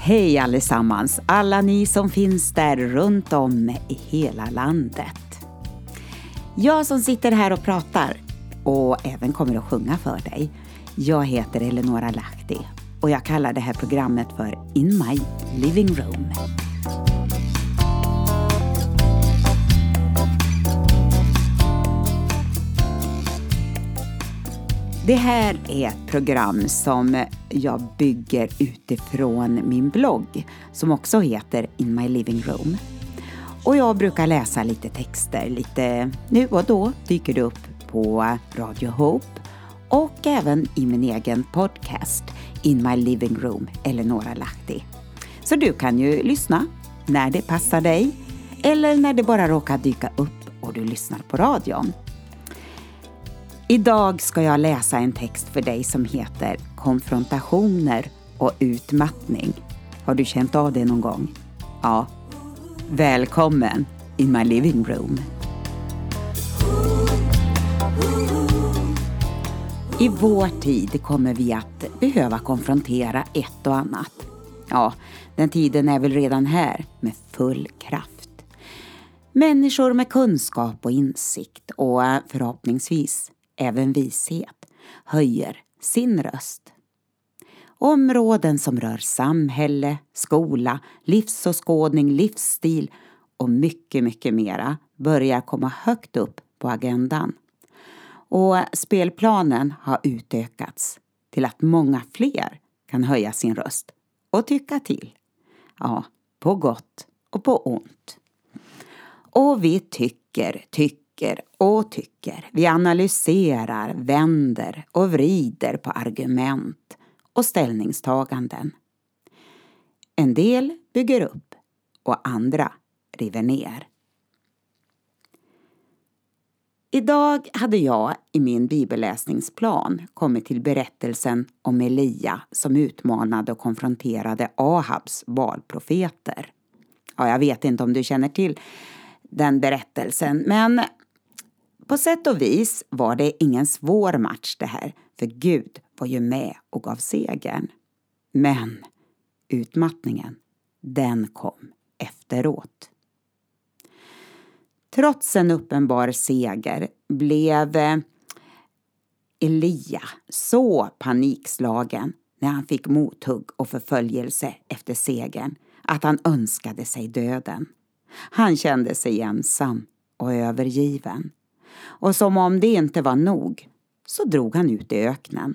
Hej allesammans, alla ni som finns där runt om i hela landet. Jag som sitter här och pratar och även kommer att sjunga för dig. Jag heter Eleonora Lahti och jag kallar det här programmet för In My Living Room. Det här är ett program som jag bygger utifrån min blogg som också heter In My Living Room. Och jag brukar läsa lite texter, lite nu och då dyker det upp på Radio Hope och även i min egen podcast In My Living Room, Eleonora Lahti. Så du kan ju lyssna när det passar dig eller när det bara råkar dyka upp och du lyssnar på radion. Idag ska jag läsa en text för dig som heter Konfrontationer och utmattning. Har du känt av det någon gång? Ja. Välkommen in my living room. I vår tid kommer vi att behöva konfrontera ett och annat. Ja, den tiden är väl redan här med full kraft. Människor med kunskap och insikt och förhoppningsvis även vishet höjer sin röst. Områden som rör samhälle, skola, livsåskådning, livsstil och mycket, mycket mera börjar komma högt upp på agendan. Och spelplanen har utökats till att många fler kan höja sin röst och tycka till. Ja, på gott och på ont. Och vi tycker. Vi analyserar, vänder och vrider på argument och ställningstaganden. En del bygger upp och andra river ner. Idag hade jag i min bibelläsningsplan kommit till berättelsen om Elia som utmanade och konfronterade Ahabs Baalprofeter. Ja, jag vet inte om du känner till den berättelsen, men på sätt och vis var det ingen svår match det här, för Gud var ju med och gav segern. Men utmattningen, den kom efteråt. Trots en uppenbar seger blev Elia så panikslagen när han fick mothugg och förföljelse efter segern att han önskade sig döden. Han kände sig ensam och övergiven. Och som om det inte var nog så drog han ut i öknen.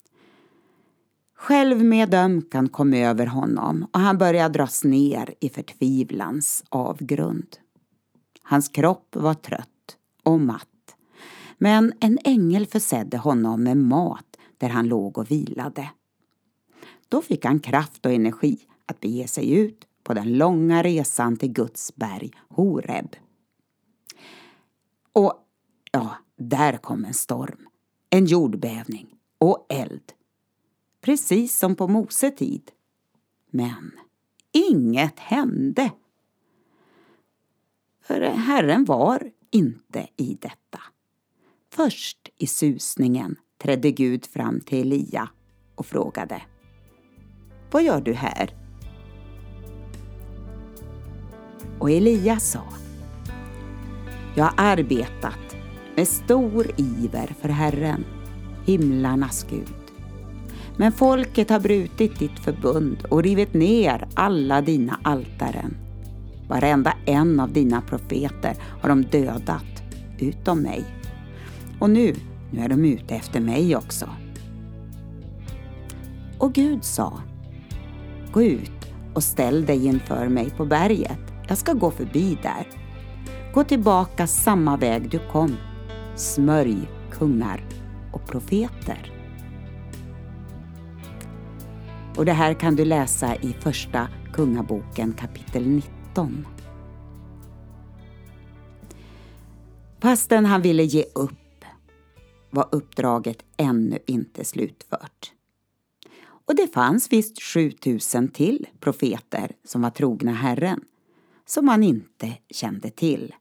Självmedömkan kom över honom och han började dras ner i förtvivlans avgrund. Hans kropp var trött och matt. Men en ängel försedde honom med mat där han låg och vilade. Då fick han kraft och energi att bege sig ut på den långa resan till Guds berg Horeb. Och ja, där kom en storm, en jordbävning och eld. Precis som på Mose tid. Men inget hände. För Herren var inte i detta. Först i susningen trädde Gud fram till Elia och frågade: Vad gör du här? Och Elia sa: Jag har arbetat med stor iver för Herren, himlarnas Gud. Men folket har brutit ditt förbund och rivit ner alla dina altaren. Varenda en av dina profeter har de dödat, utom mig. Och nu är de ute efter mig också. Och Gud sa: Gå ut och ställ dig inför mig på berget. Jag ska gå förbi där. Gå tillbaka samma väg du kom. Smörj kungar och profeter. Och det här kan du läsa i första kungaboken kapitel 19. Fastän han ville ge upp var uppdraget ännu inte slutfört. Och det fanns visst 7000 till profeter som var trogna Herren, som han inte kände till.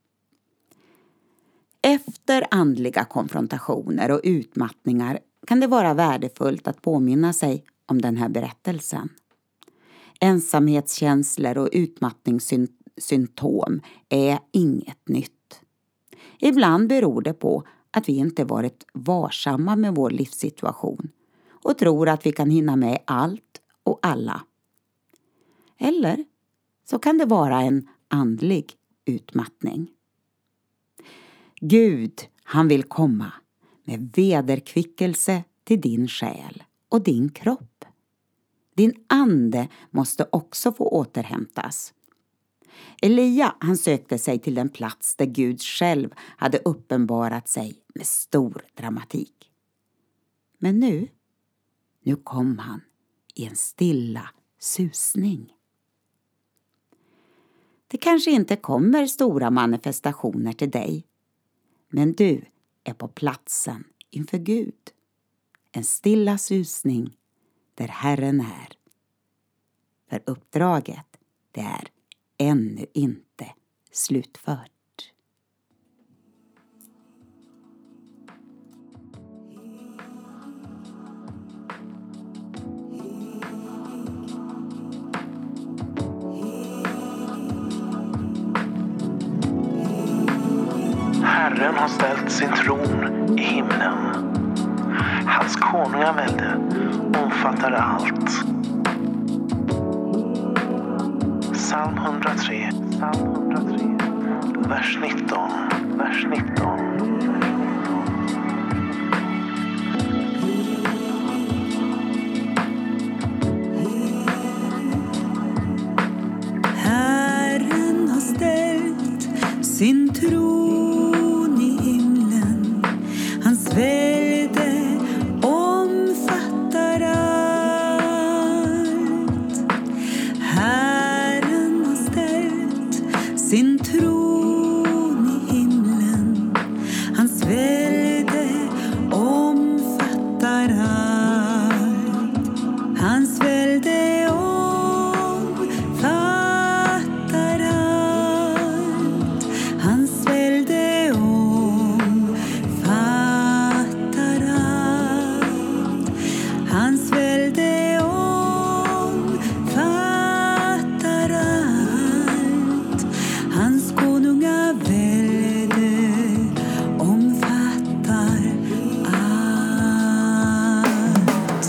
Efter andliga konfrontationer och utmattningar kan det vara värdefullt att påminna sig om den här berättelsen. Ensamhetskänslor och utmattningssymptom är inget nytt. Ibland beror det på att vi inte varit varsamma med vår livssituation och tror att vi kan hinna med allt och alla. Eller så kan det vara en andlig utmattning. Gud, han vill komma med vederkvickelse till din själ och din kropp. Din ande måste också få återhämtas. Elia, han sökte sig till den plats där Gud själv hade uppenbarat sig med stor dramatik. Men nu kom han i en stilla susning. Det kanske inte kommer stora manifestationer till dig, men du är på platsen inför Gud. En stilla susning där Herren är. För uppdraget, det är ännu inte slutfört. Herren har ställt sin tron i himlen. Hans konungavälde omfattar allt. Psalm 103, vers 19. Herren har ställt sin tron i himlen. Hans välde omfattar allt. Herren har ställt sin tron i himlen. Hans välde omfattar allt. Hans välde omfattar allt. Hans välde omfattar allt. Hans välde omfattar allt. Hans konungavälde omfattar allt.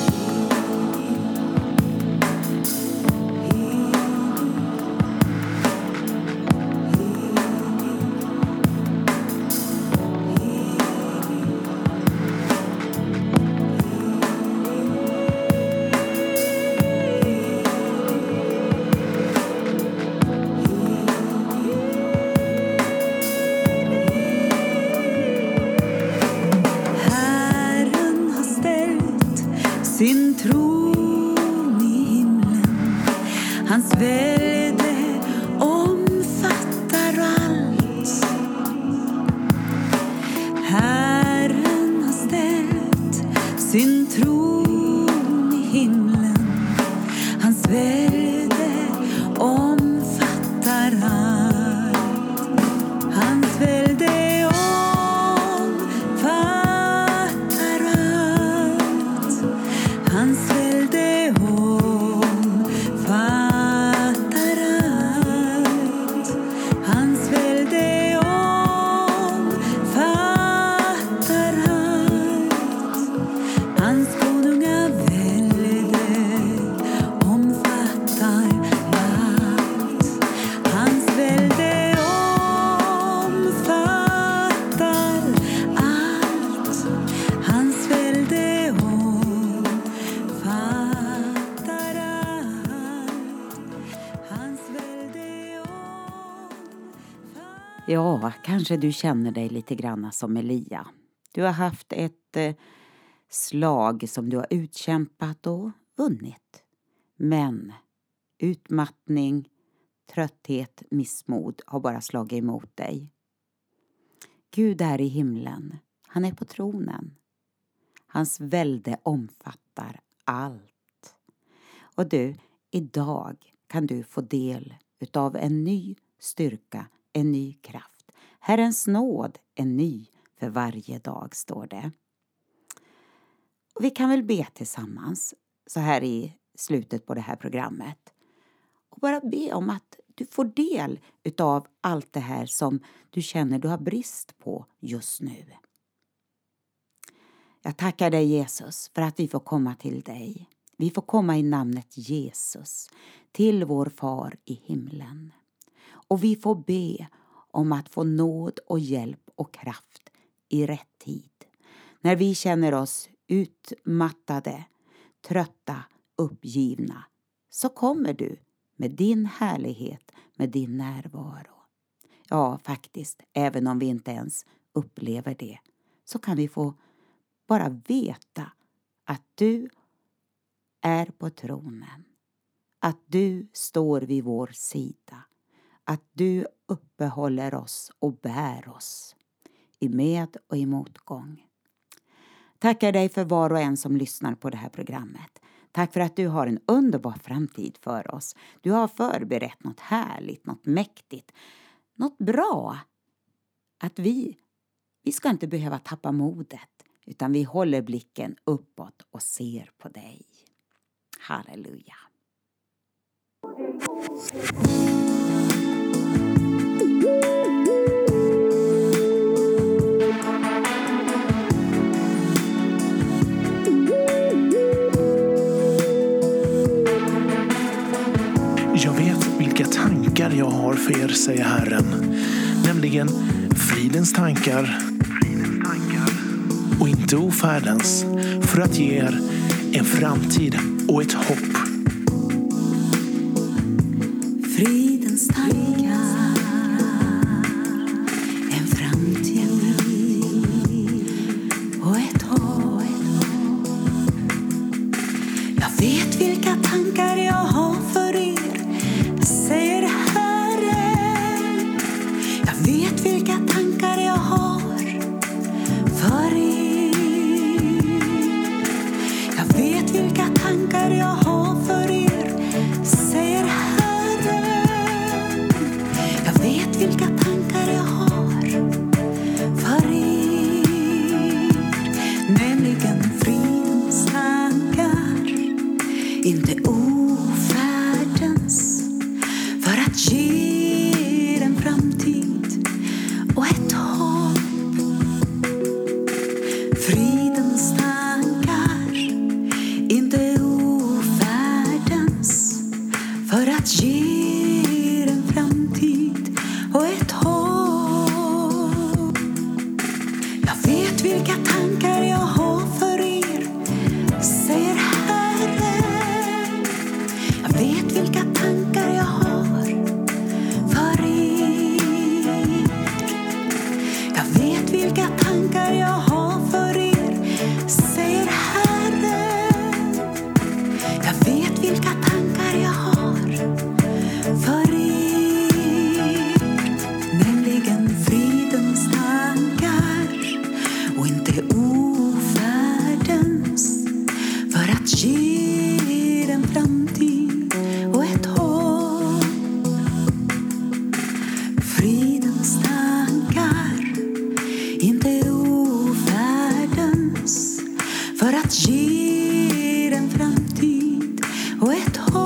Herren har ställt sin tron i himlen. Hans välde omfattar allt. Herren har ställt sin tron i himlen. Hans välde omfattar allt. Hans välde omfattar allt. Hans välde omfattar allt. Hans välde omfattar allt. Hans konungavälde omfattar allt. Hans välde omfattar allt. Hans välde omfattar allt. Hans välde omfattar. Ja, kanske du känner dig lite grann som Elia. Du har haft ett slag som du har utkämpat och vunnit. Men utmattning, trötthet, missmod har bara slagit emot dig. Gud är i himlen. Han är på tronen. Hans välde omfattar allt. Och du, idag kan du få del utav en ny styrka, en ny kraft. Herrens nåd är ny för varje dag, står det. Och vi kan väl be tillsammans så här i slutet på det här programmet. Och bara be om att du får del utav allt det här som du känner du har brist på just nu. Jag tackar dig Jesus för att vi får komma till dig. Vi får komma i namnet Jesus till vår far i himlen. Och vi får be om att få nåd och hjälp och kraft i rätt tid. När vi känner oss utmattade, trötta, uppgivna, så kommer du med din härlighet, med din närvaro. Ja, faktiskt, även om vi inte ens upplever det, så kan vi få bara veta att du är på tronen. Att du står vid vår sida. Att du uppehåller oss och bär oss i med- och i motgång. Tackar dig för var och en som lyssnar på det här programmet. Tack för att du har en underbar framtid för oss. Du har förberett något härligt, något mäktigt, något bra. Att vi ska inte behöva tappa modet, utan vi håller blicken uppåt och ser på dig. Halleluja. Jag vet vilka tankar jag har för er, säger Herren. Nämligen fridens tankar och inte ofärdens, för att ge er en framtid och ett hopp. Fridens tankar, en framtid och ett hopp. Jag vet vilka tankar jag har för er, säger Herren. Jag vet vilka tankar jag har för er. Jag vet vilka tankar jag har för er, säger Herren. Jag vet vilka tankar jag har för er. Nämligen fridens tankar, inte ofärdens, för att ge er en framtid och ett hopp. Fridens tankar, inte ofärdens, för att ge er en framtid och ett hopp. Jag vet vilka tankar jag har för er, säger Herren. Jag vet vilka tankar jag har för er. Jag vet vilka tankar jag har för er, säger Herren. Jag vet vilka tankar jag har för er. Nämligen fridens tankar och inte ofärdens, för att ge er en framtid och ett hopp. Fridens tankar, inte ofärdens, för att ge er en framtid och ett hopp.